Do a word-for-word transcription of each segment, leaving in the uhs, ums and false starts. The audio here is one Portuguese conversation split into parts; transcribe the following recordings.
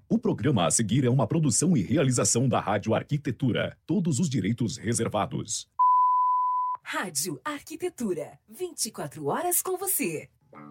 O programa a seguir é uma produção e realização da Rádio Arquitetura. Todos os direitos reservados. Rádio Arquitetura. vinte e quatro horas com você.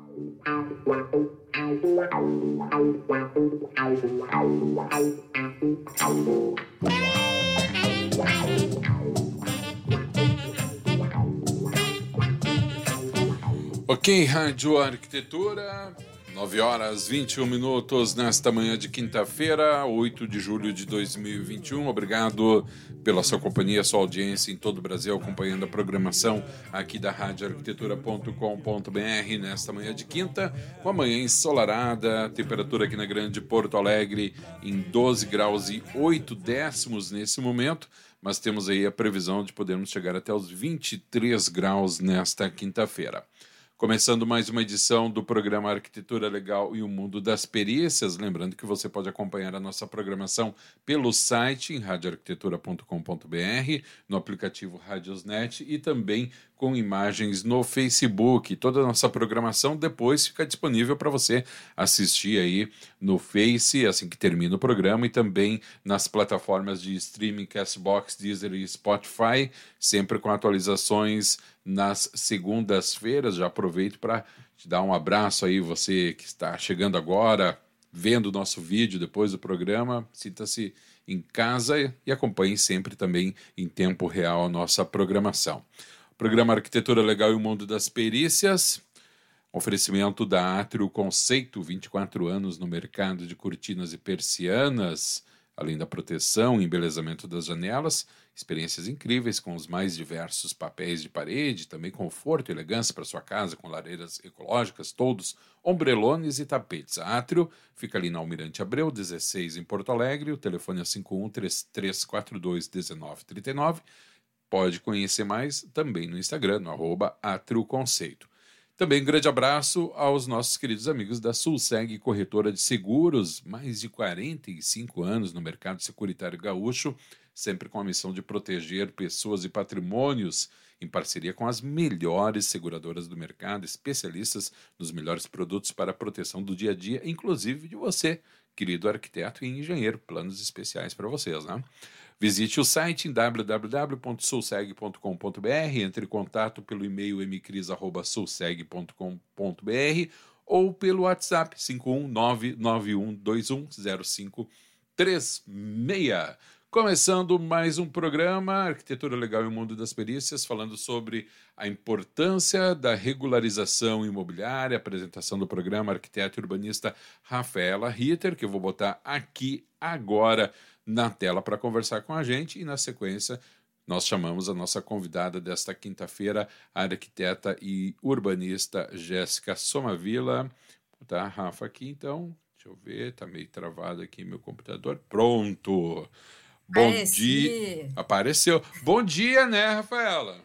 Ok, Rádio Arquitetura. nove horas e vinte e um minutos nesta manhã de quinta-feira, oito de julho de dois mil e vinte e um. Obrigado pela sua companhia, sua audiência em todo o Brasil, acompanhando a programação aqui da rádio arquitetura ponto com ponto b r nesta manhã de quinta, uma manhã ensolarada, temperatura aqui na Grande Porto Alegre em doze graus e oito décimos nesse momento, mas temos aí a previsão de podermos chegar até os vinte e três graus nesta quinta-feira. Começando mais uma edição do programa Arquitetura Legal e o Mundo das Perícias. Lembrando que você pode acompanhar a nossa programação pelo site em rádio arquitetura ponto com ponto b r, no aplicativo Radiosnet e também com imagens no Facebook. Toda a nossa programação depois fica disponível para você assistir aí no Face, assim que termina o programa, e também nas plataformas de streaming Castbox, Deezer e Spotify, sempre com atualizações nas segundas-feiras. Já aproveito para te dar um abraço aí, você que está chegando agora, vendo o nosso vídeo depois do programa, sinta-se em casa e acompanhe sempre também em tempo real a nossa programação. Programa Arquitetura Legal e o Mundo das Perícias, oferecimento da Atrio Conceito, vinte e quatro anos no mercado de cortinas e persianas, além da proteção e embelezamento das janelas, experiências incríveis com os mais diversos papéis de parede, também conforto e elegância para sua casa, com lareiras ecológicas, todos, ombrelones e tapetes. A Atrio fica ali na Almirante Abreu, dezesseis, em Porto Alegre, o telefone é cinco um três três quatro dois um nove três nove. Pode conhecer mais também no Instagram, no arroba Atrio Conceito. Também um grande abraço aos nossos queridos amigos da Sulseg Corretora de Seguros, mais de quarenta e cinco anos no mercado securitário gaúcho, sempre com a missão de proteger pessoas e patrimônios, em parceria com as melhores seguradoras do mercado, especialistas nos melhores produtos para a proteção do dia a dia, inclusive de você, querido arquiteto e engenheiro, planos especiais para vocês, né? Visite o site em w w w ponto sulseg ponto com ponto b r, entre em contato pelo e-mail m cris arroba sulseg ponto com ponto b r ou pelo WhatsApp cinco um nove nove um dois um zero cinco três seis. Começando mais um programa Arquitetura Legal e o Mundo das Perícias, falando sobre a importância da regularização imobiliária, apresentação do programa arquiteto e urbanista Rafaela Ritter, que eu vou botar aqui agora na tela para conversar com a gente, e na sequência nós chamamos a nossa convidada desta quinta-feira, a arquiteta e urbanista Jéssica Somavila. Vou botar a Rafa aqui então, deixa eu ver, tá meio travado aqui meu computador. Pronto! Bom Apareci. dia! Apareceu! Bom dia, né, Rafaela?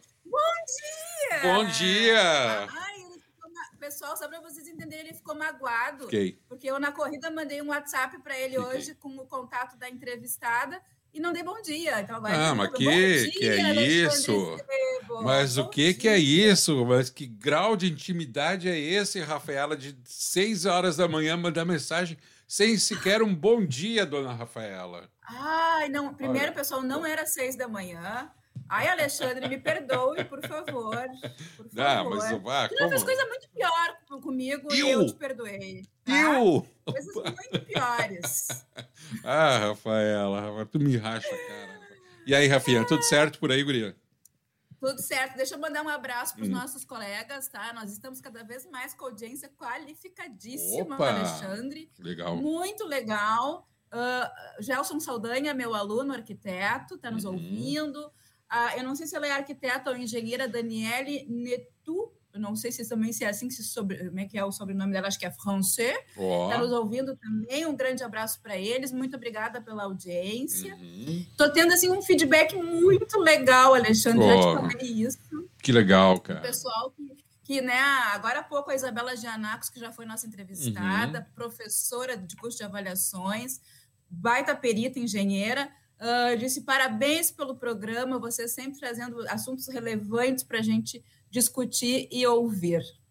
Bom dia! Bom dia! Ai, ele ficou ma... Pessoal, só para vocês entenderem, ele ficou magoado. Fiquei. Porque eu, na corrida, mandei um WhatsApp para ele Fiquei. hoje com o contato da entrevistada e não dei bom dia. Então, agora Ah, ele mas falou, que, bom dia, que é Alexandre isso? Estevo. Mas Bom o que, dia. que é isso? Mas que grau de intimidade é esse, Rafaela, de seis horas da manhã mandar mensagem sem sequer um bom dia, dona Rafaela? Ai, não. Primeiro, Olha. pessoal, não era seis da manhã. Ai, Alexandre, me perdoe, por favor. Por favor. Ah, mas ah, Tu já fez como? coisa muito pior comigo Eu? e eu te perdoei. Tá? Eu? Coisas muito piores. Ah, Rafaela, Rafaela, tu me racha, cara. E aí, Rafinha, tudo certo por aí, guria? Tudo certo. Deixa eu mandar um abraço para os Hum. nossos colegas, tá? Nós estamos cada vez mais com audiência qualificadíssima, Opa! Alexandre. Legal. Muito legal. Uh, Gelson Saldanha, meu aluno, arquiteto, está nos Uhum. ouvindo. Uh, eu não sei se ela é arquiteta ou engenheira, Daniele Netu. Eu não sei se também se é assim que se sobre, como é que é o sobrenome dela, acho que é francês. Ó. Está nos ouvindo também. Um grande abraço para eles. Muito obrigada pela audiência. Uhum. Estou tendo assim, um feedback muito legal, Alexandre. Já Ó. te falei isso. Que legal, O cara. pessoal que, que, né, agora há pouco a Isabela Gianacos, que já foi nossa entrevistada, Uhum. professora de curso de avaliações, baita perita, engenheira, uh, disse parabéns pelo programa, você sempre trazendo assuntos relevantes para a gente discutir e ouvir.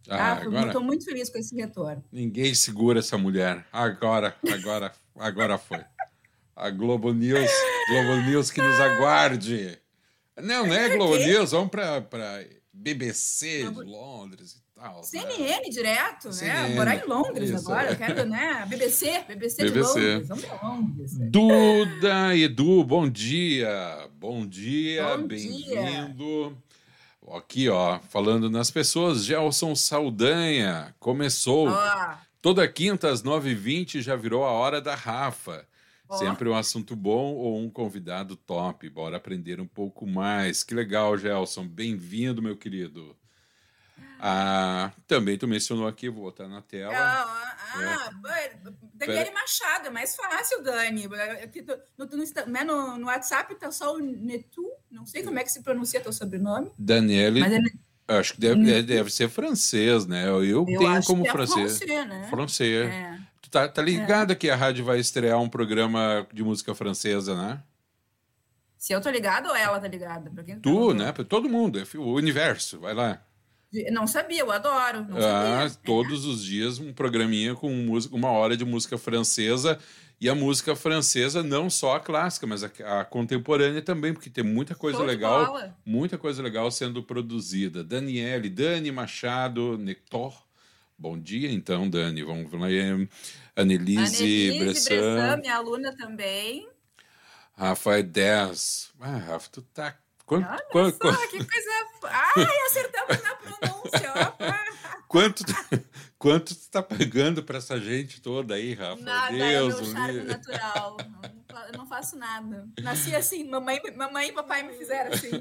Ah, Ah, agora estou muito feliz com esse retorno. ninguém segura essa mulher. Agora, agora, agora foi. A Globo News, Globo News que nos aguarde. Não, não é Globo Que? News, vamos para B B C de Globo- Londres e tal. C N né? N direto, né? C N N, Morar em Londres isso, agora, é. eu quero, né? B B C, B B C, B B C. de Londres, vamos para Londres. Duda, Edu, bom dia. Bom dia, Bom bem-vindo. Aqui, ó, falando nas pessoas, Gelson Saldanha, começou. Ó, Toda quinta às nove e vinte já virou a hora da Rafa. Ó. Sempre um assunto bom ou um convidado top. Bora aprender um pouco mais. Que legal, Gelson. Bem-vindo, meu querido. Ah, também tu mencionou aqui, vou botar na tela. ah, ah, Daniele Pera- Machado, é mais fácil, Dani. Aqui tu- no, no, Insta- né, no, no WhatsApp tá só o Netu, não sei como é que se pronuncia teu sobrenome, Daniele, mas é, acho que deve, deve ser francês, né? Eu, eu tenho acho como que é francês. francês, né? Francês. É. Tu tá, tá ligado que a rádio vai estrear um programa de música francesa, né? Se eu tô ligada ou ela tá ligada? Pra quem Tu, perguntou? né? Pra todo mundo, é o universo, vai lá. Não sabia, eu adoro. Não Ah, sabia. todos os dias um programinha com música, uma hora de música francesa, e a música francesa não só a clássica, mas a, a contemporânea também, porque tem muita coisa Show de legal, bola. muita coisa legal sendo produzida. Daniele, Dani Machado, Nector. Bom dia, então, Dani. Vamos lá. Anelise Anelise Bressan, Bressan, minha aluna também. Rafael dez. Ah, Rafa, tu tá. Quanto, Olha quanto, só, que coisa... Ai, acertamos na pronúncia. ó. quanto, quanto tu tá pagando pra essa gente toda aí, Rafa? Nada, Deus, é meu o charme livre. natural. Não, fa- eu não faço nada. Nasci assim, mamãe, mamãe e papai me fizeram assim.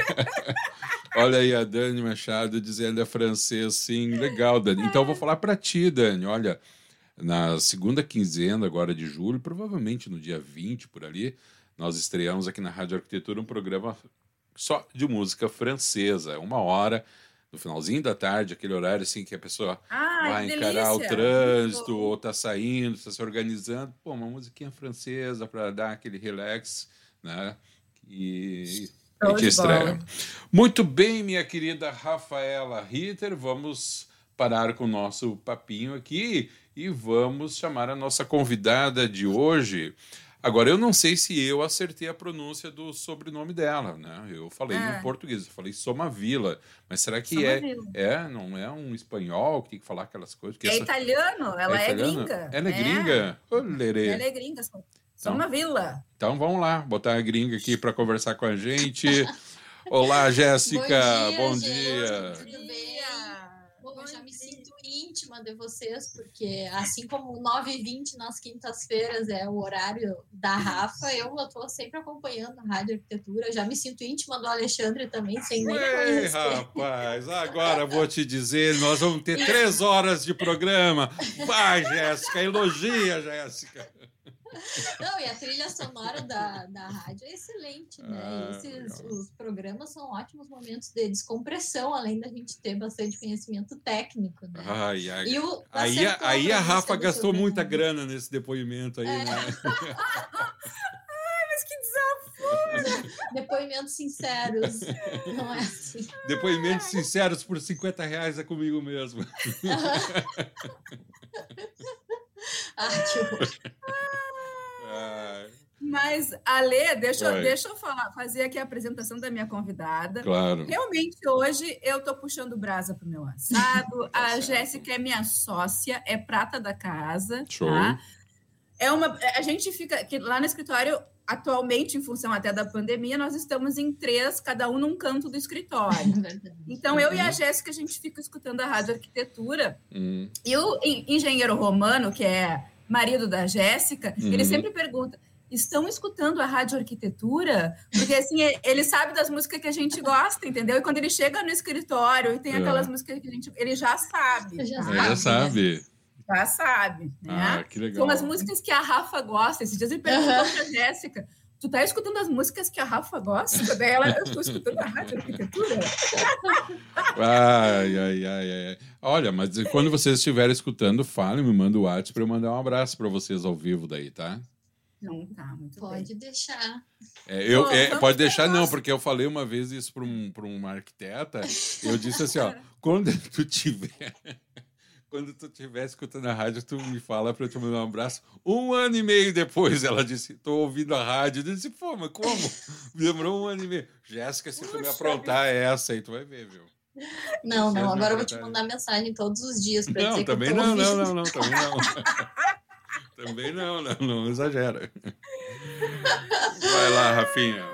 Olha aí a Dani Machado dizendo é francês, sim, legal, Dani. Então eu vou falar para ti, Dani. Olha, na segunda quinzena agora de julho, provavelmente no dia vinte por ali, nós estreamos aqui na Rádio Arquitetura um programa só de música francesa, uma hora, no finalzinho da tarde, aquele horário assim que a pessoa Ai, vai que encarar o delícia. trânsito Muito bom. ou tá saindo, tá se organizando, pô, uma musiquinha francesa para dar aquele relax, né? E a Show gente de estreia. bola. Muito bem, minha querida Rafaela Ritter, vamos parar com o nosso papinho aqui e vamos chamar a nossa convidada de hoje. Agora, eu não sei se eu acertei a pronúncia do sobrenome dela, né? Eu falei Ah. em português, eu falei Somavila, mas será que Somavila. é, é, não é um espanhol que tem que falar aquelas coisas? Que É essa- italiano, ela é, italiana? gringa. Ela é gringa? Ô, lerê. Ela é gringa. Só uma vila. Então vamos lá, botar a gringa aqui para conversar com a gente. Olá, Jéssica, bom Bom dia. dia, gente. Tudo bem? Bom, eu já me sinto íntima de vocês, porque assim como nove e vinte nas quintas-feiras é o horário da Rafa, eu estou sempre acompanhando a Rádio Arquitetura. Já me sinto íntima do Alexandre também, sem nem Ei, conhecer. rapaz, agora vou te dizer, nós vamos ter três horas de programa. Vai, Jéssica, elogia, Jéssica. Não, e a trilha sonora da, da rádio é excelente, né? Ah, E esses, legal. os programas são ótimos momentos de descompressão, além da gente ter bastante conhecimento técnico, né? Ai, ai. E o- Aí, a- acertou aí a pronúncia Rafa do gastou sobrenome. muita grana nesse depoimento aí, É. né? Mas que desafio. Depoimentos sinceros, não é assim. Depoimentos sinceros por cinquenta reais é comigo mesmo. Ah, que horror. Ai, Mas, Ale, deixa, Oi. eu- deixa eu falar, fazer aqui a apresentação da minha convidada. claro. Realmente, hoje, eu tô puxando brasa pro meu assado. Tá A certo. Jéssica é minha sócia, é prata da casa. Show. Tá? É uma, a gente fica que lá no escritório, atualmente, em função até da pandemia, nós estamos em três, cada um num canto do escritório. Então, eu e a Jéssica, a gente fica escutando a Rádio Arquitetura. Hum, E o en- engenheiro Romano, que é marido da Jéssica, Uhum. ele sempre pergunta: estão escutando a Rádio Arquitetura? Porque assim, e- ele sabe das músicas que a gente gosta, entendeu? E quando ele chega no escritório e tem É. aquelas músicas que a gente. Ele já sabe. Já tá? aí já sabe. Já sabe, né? Ah, que legal. São as músicas que a Rafa gosta. Esses dias ele perguntou Aham. pra Jéssica: tu tá escutando as músicas que a Rafa gosta? Daí ela, eu estou escutando a Rádio Arquitetura. Ai, ai, ai, ai. Olha, mas quando vocês estiverem escutando, fale, me manda o WhatsApp para eu mandar um abraço para vocês ao vivo daí, tá? Não tá, muito Pode bem. deixar. É, eu, Bom, é, vamos pode ter deixar, não, nosso- porque eu falei uma vez isso para um, para uma arquiteta. Eu disse assim, ó, quando tu tiver. Quando tu estiver escutando a rádio, tu me fala para eu te mandar um abraço. Um ano e meio depois, ela disse, tô ouvindo a rádio. Eu disse, pô, mas como? Demorou um ano e meio. Jéssica, se tu me aprontar essa aí, tu vai ver, viu? Não, Vocês não, me agora eu vou te aprontarem. mandar mensagem todos os dias para Não, dizer também que eu tô não, não, ouvindo. não, não, também não. Também não, não, não exagera. Vai lá, Rafinha.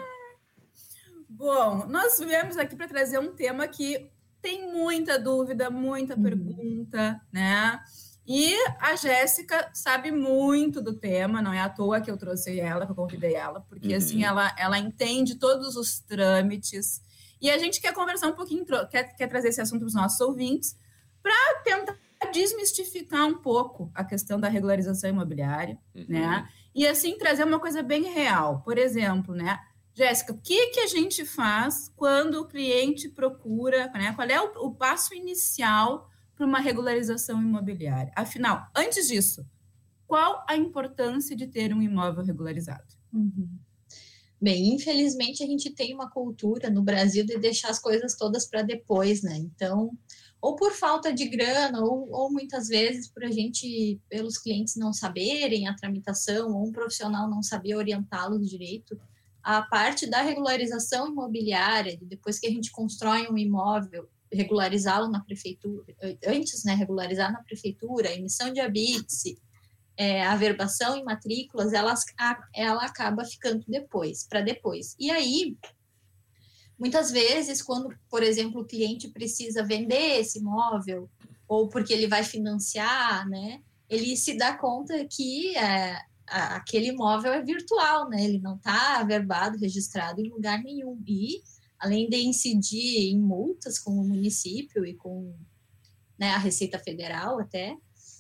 Bom, nós viemos aqui para trazer um tema que tem muita dúvida, muita Uhum. pergunta, né? E a Jéssica sabe muito do tema, não é à toa que eu trouxe ela, que eu convidei ela, porque Uhum. assim ela, ela entende todos os trâmites. E a gente quer conversar um pouquinho, quer, quer trazer esse assunto para os nossos ouvintes, para tentar desmistificar um pouco a questão da regularização imobiliária, Uhum. né? E assim trazer uma coisa bem real. Por exemplo, né? Jéssica, o que, que a gente faz quando o cliente procura, né? Qual é o, o passo inicial para uma regularização imobiliária? Afinal, antes disso, qual a importância de ter um imóvel regularizado? Uhum. Bem, infelizmente a gente tem uma cultura no Brasil de deixar as coisas todas para depois, né? Então, ou por falta de grana, ou, ou muitas vezes por a gente, pelos clientes não saberem a tramitação, ou um profissional não saber orientá-los direito, a parte da regularização imobiliária, depois que a gente constrói um imóvel, regularizá-lo na prefeitura, antes, né, regularizar na prefeitura, a emissão de habite-se, é, a averbação em matrículas, elas, a, ela acaba ficando depois, para depois. E aí, muitas vezes, quando, por exemplo, o cliente precisa vender esse imóvel, ou porque ele vai financiar, né, ele se dá conta que é, a, aquele imóvel é virtual, né, ele não está averbado, registrado em lugar nenhum. E, além de incidir em multas com o município e com, né, a Receita Federal até,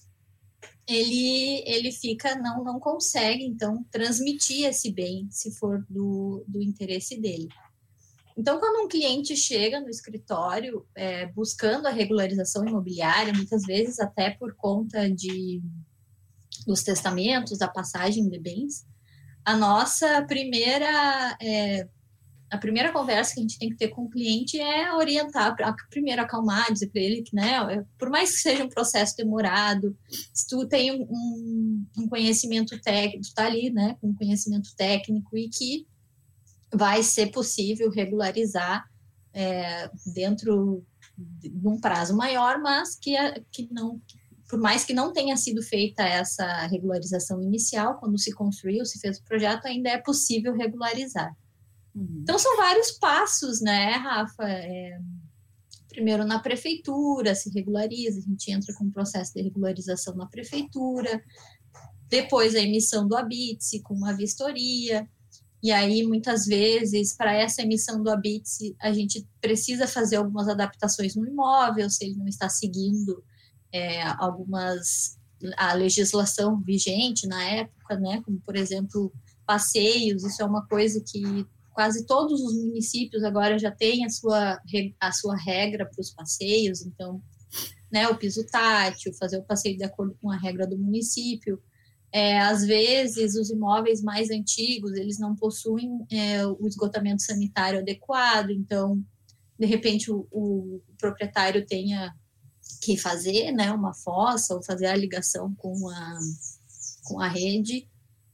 ele, ele fica, não, não consegue, então, transmitir esse bem, se for do, do interesse dele. Então, quando um cliente chega no escritório é, buscando a regularização imobiliária, muitas vezes até por conta de, dos testamentos, da passagem de bens, a nossa primeira... É, a primeira conversa que a gente tem que ter com o cliente é orientar, primeiro acalmar, dizer para ele que, né, por mais que seja um processo demorado, se tu tem um, um conhecimento técnico, tu tá ali, né, com um conhecimento técnico e que vai ser possível regularizar é, dentro de um prazo maior, mas que, que não, por mais que não tenha sido feita essa regularização inicial, quando se construiu, se fez o projeto, ainda é possível regularizar. Uhum. Então, são vários passos, né, Rafa? É, primeiro, na prefeitura, se regulariza, a gente entra com um processo de regularização na prefeitura, depois a emissão do habite-se com uma vistoria, e aí, muitas vezes, para essa emissão do habite-se, a gente precisa fazer algumas adaptações no imóvel, se ele não está seguindo é, algumas... a legislação vigente na época, né, como, por exemplo, passeios, isso é uma coisa que quase todos os municípios agora já têm a sua, a sua regra para os passeios, então, né, o piso tátil, fazer o passeio de acordo com a regra do município. É, às vezes, os imóveis mais antigos, eles não possuem é, o esgotamento sanitário adequado, então, de repente, o, o proprietário tenha que fazer, né, uma fossa ou fazer a ligação com a, com a rede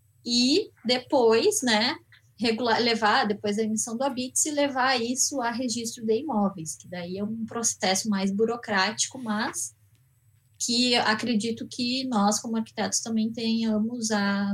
e depois, né, regular, levar, depois da emissão do habite-se, levar isso a registro de imóveis, que daí é um processo mais burocrático, mas que acredito que nós, como arquitetos, também tenhamos a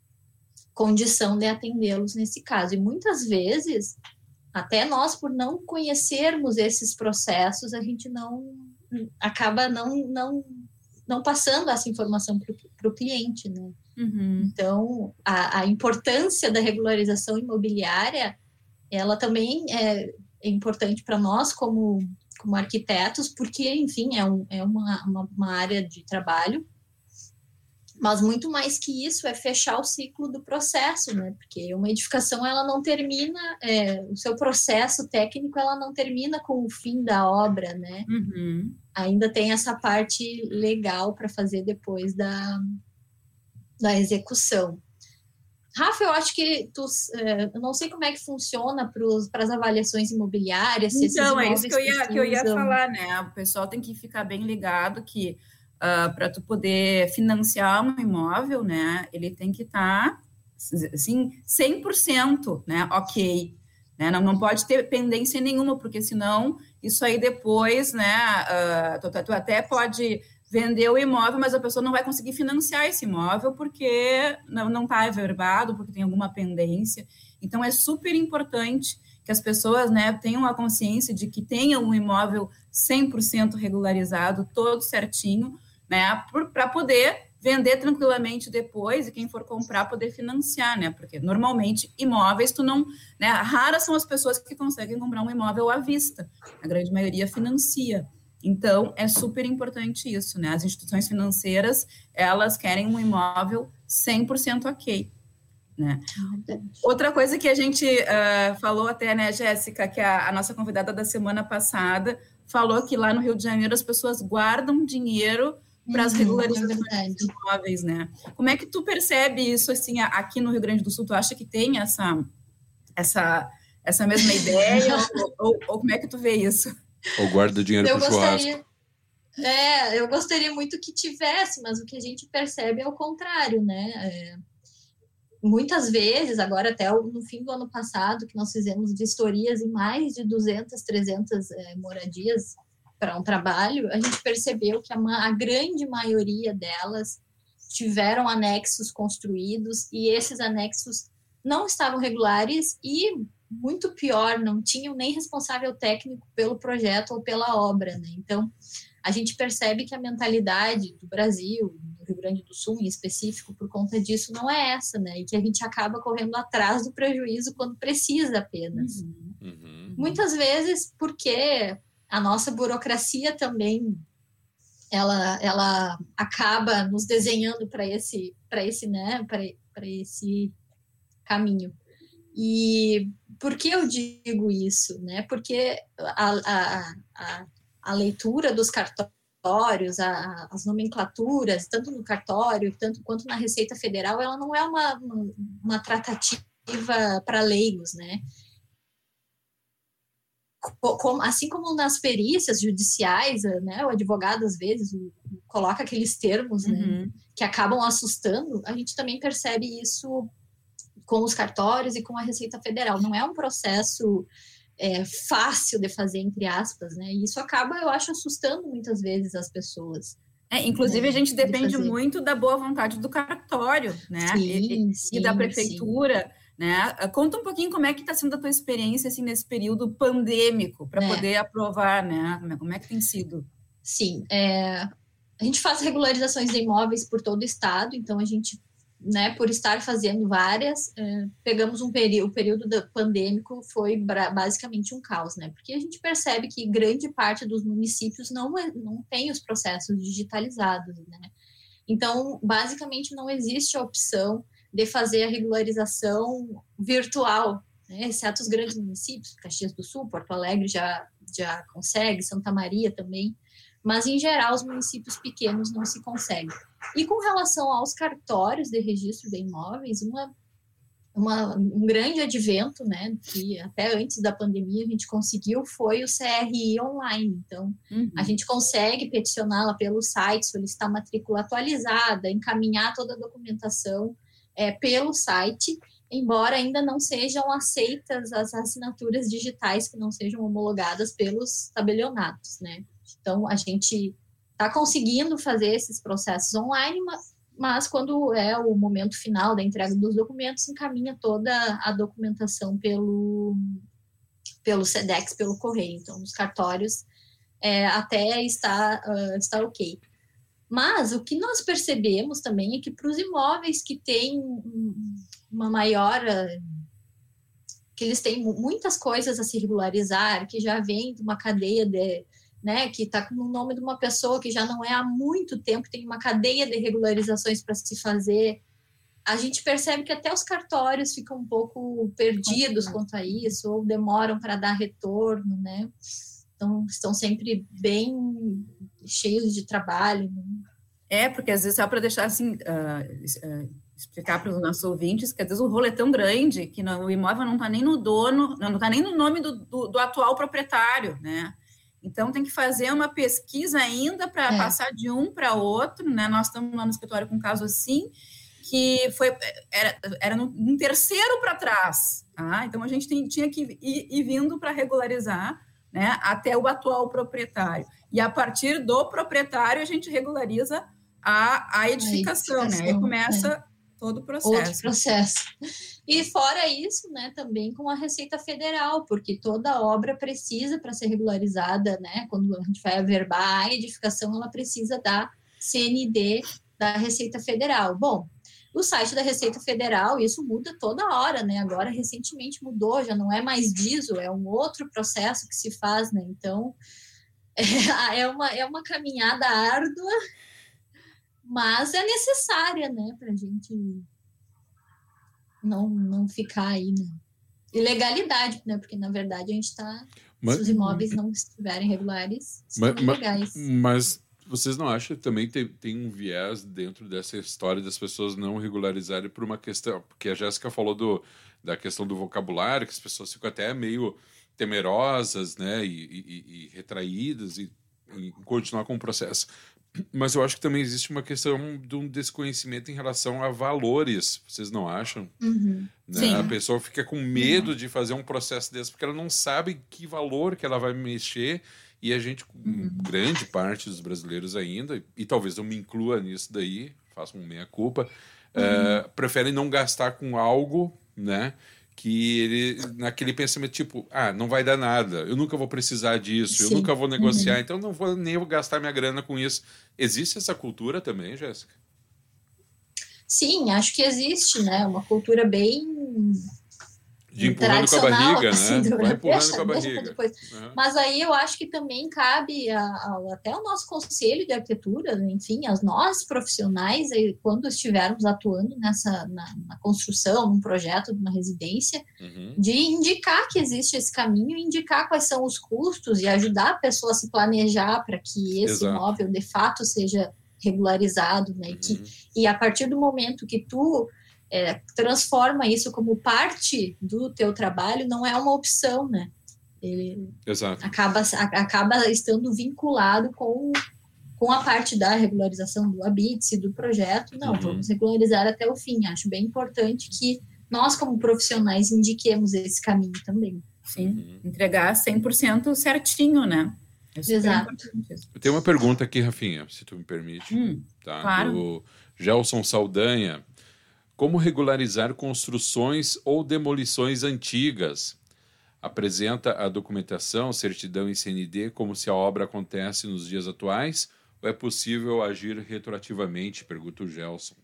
condição de atendê-los nesse caso. E muitas vezes, até nós, por não conhecermos esses processos, a gente não acaba não, não, não passando essa informação para o cliente, né? Uhum. Então, a, a importância da regularização imobiliária, ela também é, é importante para nós como, como arquitetos, porque, enfim, é, um, é uma, uma, uma área de trabalho, mas muito mais que isso é fechar o ciclo do processo, né? Porque uma edificação, ela não termina, é, o seu processo técnico, ela não termina com o fim da obra, né? Uhum. Ainda tem essa parte legal para fazer depois da... da execução. Rafa, eu acho que tu, eu não sei como é que funciona para as avaliações imobiliárias. Então, é isso que eu, ia, que eu ia falar, né? O pessoal tem que ficar bem ligado que uh, para tu poder financiar um imóvel, né? Ele tem que estar, tá, assim, cem por cento, né? Ok. Né? Não, não pode ter pendência nenhuma, porque senão isso aí depois, né? Uh, tu, tu até pode vender o imóvel, mas a pessoa não vai conseguir financiar esse imóvel porque não está averbado, porque tem alguma pendência. Então, é super importante que as pessoas, né, tenham a consciência de que tenham um imóvel cem por cento regularizado, todo certinho, né, para poder vender tranquilamente depois e quem for comprar poder financiar, né, porque normalmente imóveis tu não, né, raras são as pessoas que conseguem comprar um imóvel à vista, a grande maioria financia. Então, é super importante isso, né? As instituições financeiras, elas querem um imóvel cem por cento ok, né? Outra coisa que a gente uh, falou até, né, Jéssica, que a, a nossa convidada da semana passada falou que lá no Rio de Janeiro as pessoas guardam dinheiro para as uhum, regularizações é dos imóveis, né? Como é que tu percebe isso, assim, aqui no Rio Grande do Sul? Tu acha que tem essa, essa, essa mesma ideia? ou, ou, ou como é que tu vê isso? Ou guarda dinheiro para o churrasco. É, eu gostaria muito que tivesse, mas o que a gente percebe é o contrário, né? É, muitas vezes, agora até no fim do ano passado, que nós fizemos vistorias em mais de duzentas, trezentas é, moradias para um trabalho, a gente percebeu que a, a grande maioria delas tiveram anexos construídos e esses anexos não estavam regulares e muito pior, não tinham nem responsável técnico pelo projeto ou pela obra, né? Então, a gente percebe que a mentalidade do Brasil, do Rio Grande do Sul em específico, por conta disso, não é essa, né? E que a gente acaba correndo atrás do prejuízo quando precisa apenas. Uhum. Uhum. Muitas vezes porque a nossa burocracia também, ela, ela acaba nos desenhando para esse, para esse, né? Para esse caminho. E por que eu digo isso? Né? Porque a, a, a, a leitura dos cartórios, a, as nomenclaturas, tanto no cartório tanto, quanto na Receita Federal, ela não é uma, uma, uma tratativa para leigos, né? Como, assim como nas perícias judiciais, né, o advogado às vezes coloca aqueles termos, né, uhum. que acabam assustando, a gente também percebe isso com os cartórios e com a Receita Federal. Não é um processo é, fácil de fazer, entre aspas, né? E isso acaba, eu acho, assustando muitas vezes as pessoas. É, inclusive, né? A gente depende de muito da boa vontade do cartório, né? Sim, e, sim, e da prefeitura, sim. né? Conta um pouquinho como é que está sendo a tua experiência, assim, nesse período pandêmico, para é. poder aprovar, né? Como é que tem sido? Sim, é, a gente faz regularizações de imóveis por todo o estado, então a gente, né, por estar fazendo várias, é, pegamos um período, o período do pandêmico foi basicamente um caos, né, porque a gente percebe que grande parte dos municípios não, não tem os processos digitalizados, né, então, basicamente, não existe a opção de fazer a regularização virtual, né, exceto os grandes municípios, Caxias do Sul, Porto Alegre já, já consegue, Santa Maria também, mas, em geral, os municípios pequenos não se conseguem. E com relação aos cartórios de registro de imóveis, uma, uma, um grande advento, né, que até antes da pandemia a gente conseguiu, foi o C R I online. Então, uhum. a gente consegue peticioná-la pelo site, solicitar matrícula atualizada, encaminhar toda a documentação é, pelo site, embora ainda não sejam aceitas as assinaturas digitais que não sejam homologadas pelos tabelionatos, né. Então, a gente está conseguindo fazer esses processos online, mas, mas quando é o momento final da entrega dos documentos, encaminha toda a documentação pelo, pelo SEDEX, pelo correio. Então, nos cartórios é, até está, uh, está ok. Mas o que nós percebemos também é que para os imóveis que têm uma maior... Uh, que eles têm muitas coisas a se regularizar, que já vem de uma cadeia de... né, que está com o nome de uma pessoa que já não é há muito tempo, tem uma cadeia de regularizações para se fazer, a gente percebe que até os cartórios ficam um pouco perdidos quanto a isso, ou demoram para dar retorno, né? Então, estão sempre bem cheios de trabalho. Né? É, porque às vezes só para deixar assim, uh, uh, explicar para os nossos ouvintes que às vezes o rolo é tão grande que não, o imóvel não está nem no dono, não está nem no nome do, do, do atual proprietário, né? Então tem que fazer uma pesquisa ainda para é. passar de um para outro, né? Nós estamos lá no escritório com um caso assim, que foi, era, era um terceiro para trás, tá? Então a gente tem, tinha que ir, ir vindo para regularizar, né, até o atual proprietário. E a partir do proprietário a gente regulariza a, a, edificação, a edificação, né? Aí começa é. todo o processo. Outro processo. E fora isso, né, também com a Receita Federal, porque toda obra precisa, para ser regularizada, né, quando a gente vai averbar a edificação, ela precisa da C N D da Receita Federal. Bom, o site da Receita Federal, isso muda toda hora, né? Agora, recentemente mudou, já não é mais D I S O, é um outro processo que se faz, né? Então, é, é, uma, é uma caminhada árdua, mas é necessária, né? Para a gente não, não ficar aí, né? Ilegalidade, né? Porque, na verdade, a gente está... Se os imóveis não estiverem regulares, são mas, ilegais. Mas... Vocês não acham que também tem, tem um viés dentro dessa história das pessoas não regularizarem por uma questão... Porque a Jéssica falou do, da questão do vocabulário, que as pessoas ficam até meio temerosas, né, e, e, e retraídas e, e continuar com o processo. Mas eu acho que também existe uma questão de um desconhecimento em relação a valores. Vocês não acham? Uhum. Né? A pessoa fica com medo uhum. de fazer um processo desse porque ela não sabe que valor que ela vai mexer. E a gente, uhum. grande parte dos brasileiros ainda, e talvez eu me inclua nisso daí, faço um meia-culpa, uhum. uh, preferem não gastar com algo, né, que ele, naquele pensamento tipo, ah, não vai dar nada, eu nunca vou precisar disso, Sim. eu nunca vou negociar, uhum. então não vou nem vou gastar minha grana com isso. Existe essa cultura também, Jéssica? Sim, acho que existe, né, uma cultura bem... De empurrando com a barriga, assim, né? Do... Vai empurrando deixa, com a barriga. Uhum. Mas aí eu acho que também cabe a, a, até o nosso conselho de arquitetura, enfim, as nós profissionais, aí, quando estivermos atuando nessa, na, na construção, num projeto de uma residência, uhum. de indicar que existe esse caminho, indicar quais são os custos e ajudar a pessoa a se planejar para que esse Exato. imóvel, de fato, seja regularizado, né? Uhum. Que, e a partir do momento que tu... É, transforma isso como parte do teu trabalho, não é uma opção, né? Ele Exato. Acaba, a, acaba estando vinculado com, com a parte da regularização do habite, do projeto. Não, uhum. vamos regularizar até o fim. Acho bem importante que nós, como profissionais, indiquemos esse caminho também. Sim, uhum. entregar cem por cento certinho, né? É Exato. Eu tenho uma pergunta aqui, Rafinha, se tu me permite. Hum, tá? Claro. Do Gelson Saldanha. Como regularizar construções ou demolições antigas? Apresenta a documentação, certidão e C N D como se a obra acontece nos dias atuais ou é possível agir retroativamente? Pergunta o Gelson.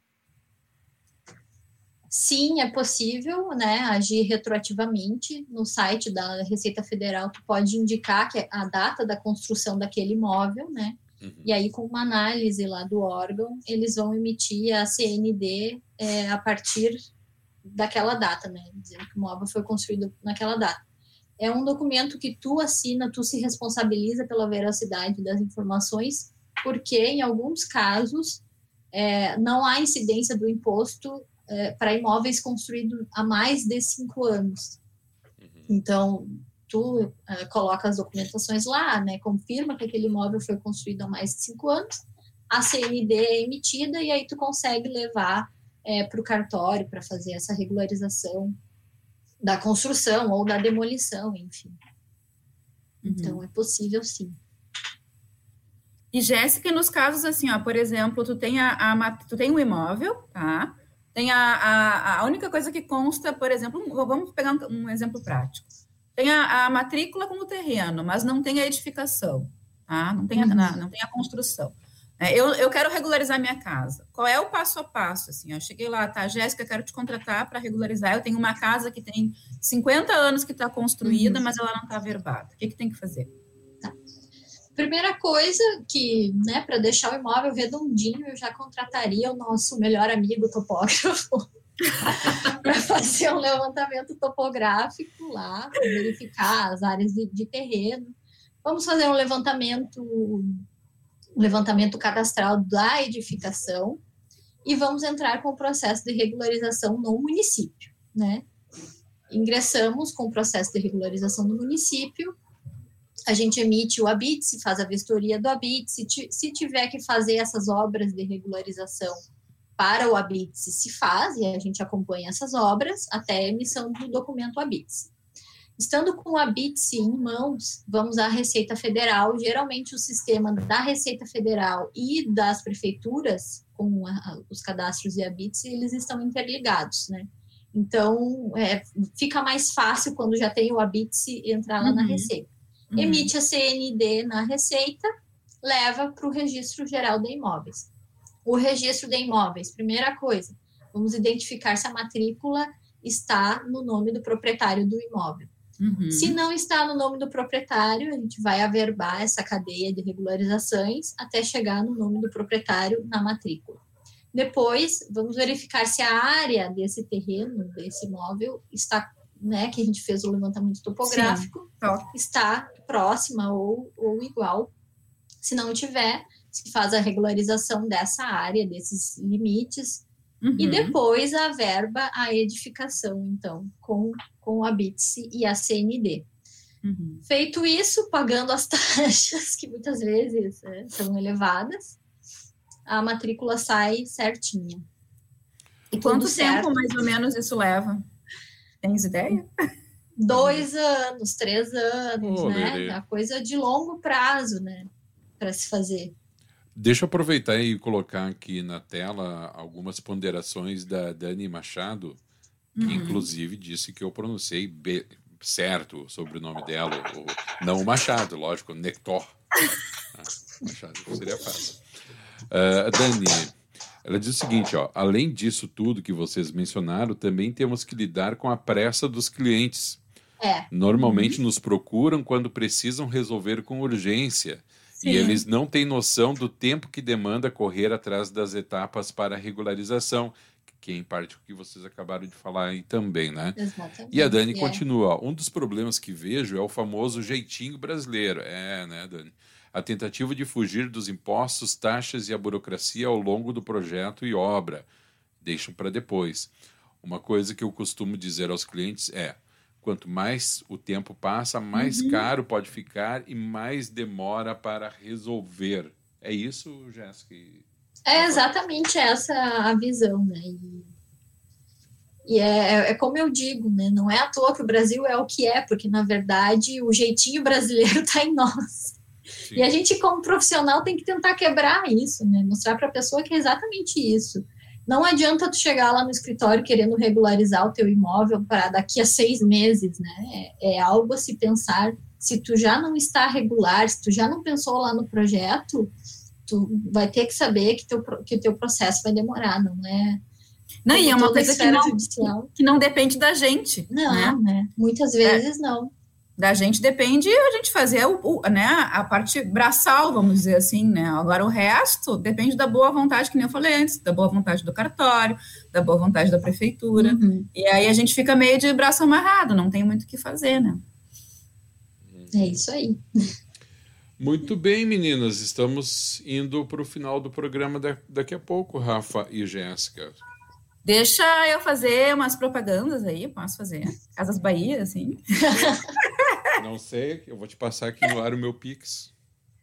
Sim, é possível, né, agir retroativamente. No site da Receita Federal, tu pode indicar que é a data da construção daquele imóvel, né? Uhum. E aí, com uma análise lá do órgão, eles vão emitir a C N D é, a partir daquela data, né? Dizendo que o imóvel foi construído naquela data. É um documento que tu assina, tu se responsabiliza pela veracidade das informações, porque, em alguns casos, é, não há incidência do imposto é, para imóveis construídos há mais de cinco anos. Uhum. Então... tu uh, coloca as documentações lá, né, confirma que aquele imóvel foi construído há mais de cinco anos, a C N D é emitida e aí tu consegue levar é, para o cartório para fazer essa regularização da construção ou da demolição, enfim. Uhum. Então, é possível, sim. E, Jéssica, nos casos assim, ó, por exemplo, tu tem, a, a, tu tem um imóvel, tá? Tem a, a, a única coisa que consta, por exemplo, vamos pegar um, um exemplo prático. Tem a, a matrícula como terreno, mas não tem a edificação, tá? Não tem a, uhum. não tem a construção. É, eu, eu quero regularizar minha casa. Qual é o passo a passo? Assim, eu cheguei lá, tá, Jéssica, quero te contratar para regularizar. Eu tenho uma casa que tem cinquenta anos que está construída, uhum. mas ela não está averbada. O que, que tem que fazer? Tá. Primeira coisa que, né, para deixar o imóvel redondinho, eu já contrataria o nosso melhor amigo topógrafo para fazer um levantamento topográfico lá, para verificar as áreas de, de terreno. Vamos fazer um levantamento, um levantamento cadastral da edificação e vamos entrar com o processo de regularização no município, né? Ingressamos com o processo de regularização no município, a gente emite o habite, faz a vistoria do habite, se, se tiver que fazer essas obras de regularização para o habite, se faz, e a gente acompanha essas obras até a emissão do documento habite. Estando com o habite em mãos, vamos à Receita Federal. Geralmente o sistema da Receita Federal e das prefeituras, com a, os cadastros de habites, eles estão interligados, né? Então, é, fica mais fácil quando já tem o habite entrar lá uhum. na Receita. Uhum. Emite a C N D na Receita, leva para o Registro Geral de Imóveis. O Registro de Imóveis, primeira coisa, vamos identificar se a matrícula está no nome do proprietário do imóvel. Uhum. Se não está no nome do proprietário, a gente vai averbar essa cadeia de regularizações até chegar no nome do proprietário na matrícula. Depois, vamos verificar se a área desse terreno, desse imóvel, está, né, que a gente fez o levantamento topográfico, Sim. está próxima ou, ou igual. Se não tiver, se faz a regularização dessa área, desses limites, uhum. e depois averba a edificação, então, com, com o habite e a C N D. Uhum. Feito isso, pagando as taxas, que muitas vezes é, são elevadas, a matrícula sai certinha. E quanto tempo, mais ou menos, isso leva? Tens ideia? Dois anos, três anos, oh, né? Lelê. A coisa de longo prazo, né? Para se fazer. Deixa eu aproveitar e colocar aqui na tela algumas ponderações da Dani Machado, que uhum. inclusive disse que eu pronunciei be- certo sobre o nome dela, o, não o Machado, lógico, Nector. Ah, Machado seria fácil. Uh, Dani, ela diz o seguinte, ó, além disso tudo que vocês mencionaram, também temos que lidar com a pressa dos clientes. É. Normalmente uhum. nos procuram quando precisam resolver com urgência. Sim. E eles não têm noção do tempo que demanda correr atrás das etapas para a regularização, que é em parte o que vocês acabaram de falar aí também, né? Exatamente. E a Dani é. continua, ó, um dos problemas que vejo é o famoso jeitinho brasileiro. É, né, Dani? A tentativa de fugir dos impostos, taxas e a burocracia ao longo do projeto e obra. Deixam para depois. Uma coisa que eu costumo dizer aos clientes é: quanto mais o tempo passa, mais uhum. caro pode ficar e mais demora para resolver. É isso, Jéssica? É exatamente essa a visão, né? E, e é, é como eu digo, né? Não é à toa que o Brasil é o que é, porque, na verdade, o jeitinho brasileiro está em nós. Sim. E a gente, como profissional, tem que tentar quebrar isso, né? Mostrar para a pessoa que é exatamente isso. Não adianta tu chegar lá no escritório querendo regularizar o teu imóvel para daqui a seis meses, né? É, é algo a se pensar. Se tu já não está regular, se tu já não pensou lá no projeto, tu vai ter que saber que, teu, que o teu processo vai demorar, não é? Não, e é uma coisa que não, que não depende da gente. Não, né? né? Muitas vezes é. não. Da gente depende a gente fazer o, o, né, a parte braçal, vamos dizer assim, né? Agora o resto depende da boa vontade, que nem eu falei antes, da boa vontade do cartório, da boa vontade da prefeitura. Uhum. E aí a gente fica meio de braço amarrado, não tem muito o que fazer, né? É isso aí. Muito bem, meninas, estamos indo para o final do programa da, daqui a pouco, Rafa e Jéssica. Deixa eu fazer umas propagandas aí, posso fazer? Casas Bahia, assim. Não sei, eu vou te passar aqui no ar o meu Pix.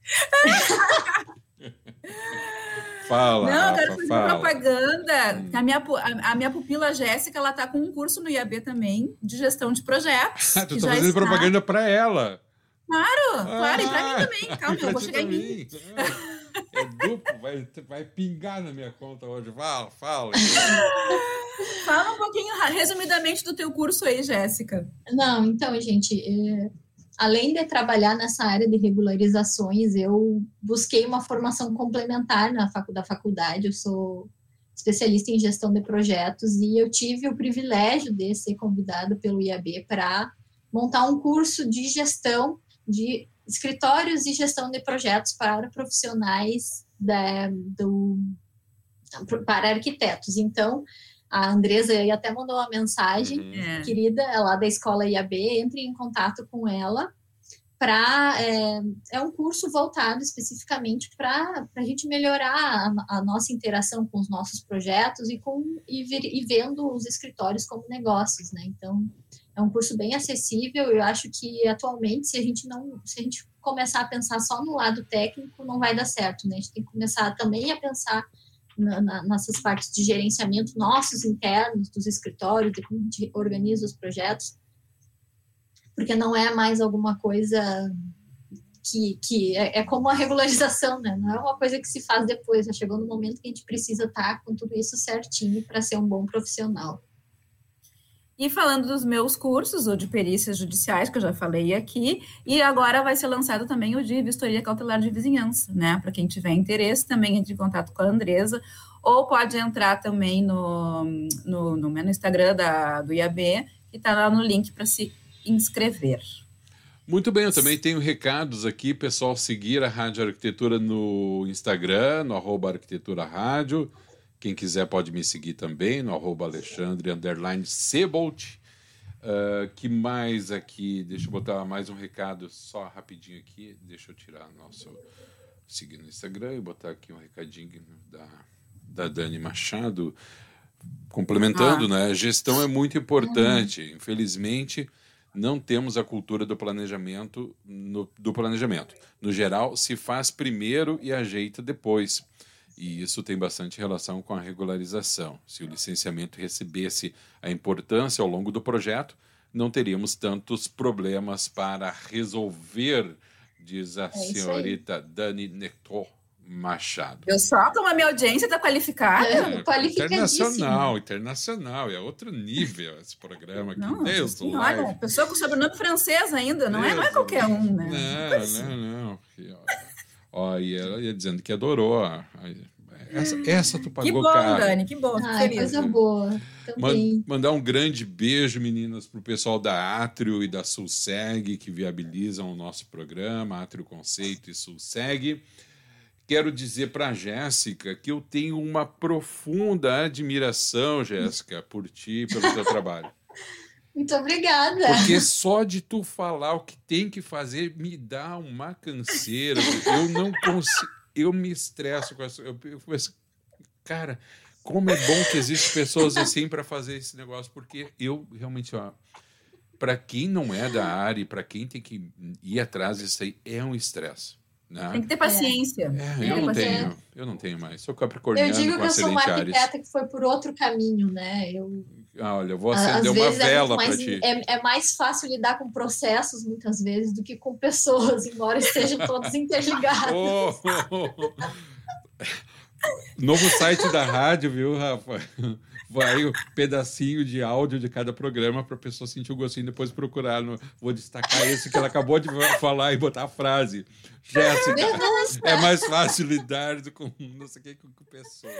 Fala, Não, Rafa, eu quero fazer fala. propaganda. Hum. A, minha, a, a minha pupila Jéssica, ela está com um curso no I A B também, de gestão de projetos. tu está fazendo está... propaganda para ela. Claro, ah, claro, e para mim também. Calma, eu vou chegar em mim. É duplo, vai, vai pingar na minha conta hoje. Fala, fala. Fala um pouquinho, resumidamente, do teu curso aí, Jéssica. Não, então, gente, é, além de trabalhar nessa área de regularizações, eu busquei uma formação complementar na facu, da faculdade. Eu sou especialista em gestão de projetos e eu tive o privilégio de ser convidada pelo I A B para montar um curso de gestão de escritórios e gestão de projetos para profissionais da, do, para arquitetos. Então, a Andresa aí até mandou uma mensagem, uhum. querida, lá da escola I A B, entre em contato com ela para é, é um curso voltado especificamente para a gente melhorar a, a nossa interação com os nossos projetos e, com, e, ver, e vendo os escritórios como negócios, né? Então, é um curso bem acessível. Eu acho que, atualmente, se a gente não, se a gente começar a pensar só no lado técnico, não vai dar certo, né? A gente tem que começar também a pensar na, na, nessas partes de gerenciamento nossos internos, dos escritórios, de como a gente organiza os projetos, porque não é mais alguma coisa que, que é, é como a regularização, né? Não é uma coisa que se faz depois, já chegou no momento que a gente precisa estar com tudo isso certinho para ser um bom profissional. E falando dos meus cursos, o de perícias judiciais, que eu já falei aqui, e agora vai ser lançado também o de vistoria cautelar de vizinhança, né? Para quem tiver interesse, também entre em contato com a Andresa, ou pode entrar também no, no, no, no Instagram da, do I A B, que está lá no link para se inscrever. Muito bem, eu também tenho recados aqui, pessoal, seguir a Rádio Arquitetura no Instagram, no arroba Arquitetura Rádio. Quem quiser pode me seguir também no arroba Alexandre underline Sebolt. Uh, que mais aqui? Deixa eu botar mais um recado só rapidinho aqui. Deixa eu tirar nosso seguir no Instagram e botar aqui um recadinho da, da Dani Machado. Complementando, ah. né? Gestão é muito importante. Uhum. Infelizmente, não temos a cultura do planejamento, no, do planejamento. No geral, se faz primeiro e ajeita depois. E isso tem bastante relação com a regularização. Se o licenciamento recebesse a importância ao longo do projeto, não teríamos tantos problemas para resolver, diz a é senhorita Dani Nector Machado. Eu só como a minha audiência está qualificada. É, internacional, internacional. É outro nível esse programa aqui. Não, Deus assim, olha, pessoa com sobrenome francês ainda, não, é, não é qualquer um, né? Não, não, não. Ó, e ela ia dizendo que adorou. A, a, essa, essa tu pagou que bom, caro. Dani, que bom. Ah, feliz, coisa né? boa. Também. Mandar um grande beijo, meninas, para o pessoal da Átrio e da Sulseg, que viabilizam o nosso programa, Átrio Conceito e Sulseg. Quero dizer para a Jéssica que eu tenho uma profunda admiração, Jéssica, por ti e pelo teu trabalho. Muito obrigada. Porque só de tu falar o que tem que fazer me dá uma canseira. Eu não consigo, eu me estresso com essa. Eu, eu penso, cara, como é bom que existem pessoas assim para fazer esse negócio, porque eu realmente, ó, para quem não é da área, para quem tem que ir atrás disso aí, é um estresse. Né? Tem que ter paciência. É, é, eu não tenho, eu não tenho mais. Sou capricorniano. Eu digo com que eu sou uma arquiteta Ares. que foi por outro caminho, né? Eu Ah, olha, eu vou acender uma vela é para mais, ti. É, é mais fácil lidar com processos, muitas vezes, do que com pessoas, embora estejam todos interligados. Oh, oh, oh. Novo site da rádio, viu, Rafa? Vai um pedacinho de áudio de cada programa para a pessoa sentir o gostinho e depois procurar. No... Vou destacar esse que ela acabou de falar e botar a frase. Jéssica, é mais fácil lidar do com não sei o que com pessoas.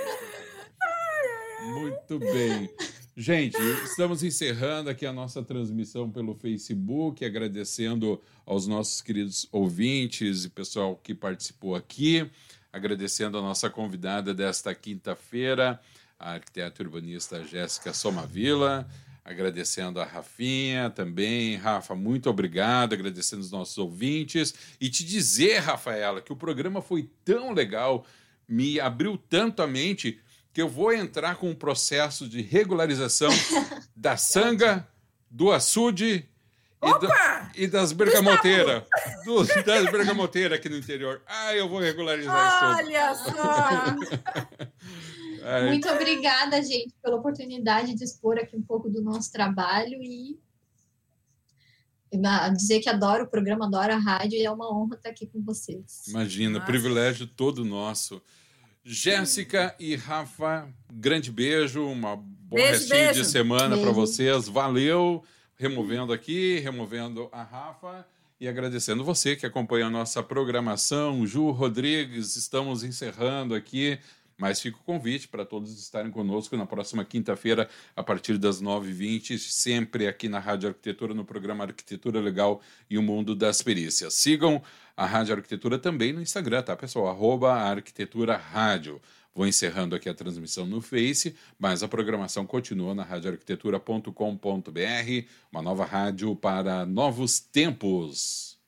Muito bem. Gente, estamos encerrando aqui a nossa transmissão pelo Facebook, agradecendo aos nossos queridos ouvintes e pessoal que participou aqui, agradecendo a nossa convidada desta quinta-feira, a arquiteta urbanista Jéssica Somavila, agradecendo a Rafinha também. Rafa, muito obrigado, agradecendo os nossos ouvintes. E te dizer, Rafaela, que o programa foi tão legal, me abriu tanto a mente, que eu vou entrar com um processo de regularização da Sanga, do açude e, da, e das bergamoteiras. Do, das bergamoteiras aqui no interior. Ah, eu vou regularizar isso. Olha só! Muito obrigada, gente, pela oportunidade de expor aqui um pouco do nosso trabalho e dizer que adoro o programa, adoro a rádio e é uma honra estar aqui com vocês. Imagina, Nossa. Privilégio todo nosso. Jéssica e Rafa, grande beijo, uma boa Beijo, restinho beijo. de semana para Beijo. vocês. Valeu, removendo aqui, removendo a Rafa e agradecendo você que acompanha a nossa programação. Ju Rodrigues, estamos encerrando aqui, mas fica o convite para todos estarem conosco na próxima quinta-feira, a partir das nove e vinte, sempre aqui na Rádio Arquitetura, no programa Arquitetura Legal e o Mundo das Perícias. Sigam a Rádio Arquitetura também no Instagram, tá, pessoal? Arroba Arquitetura Rádio. Vou encerrando aqui a transmissão no Face, mas a programação continua na rádio arquitetura ponto com ponto b r, uma nova rádio para novos tempos.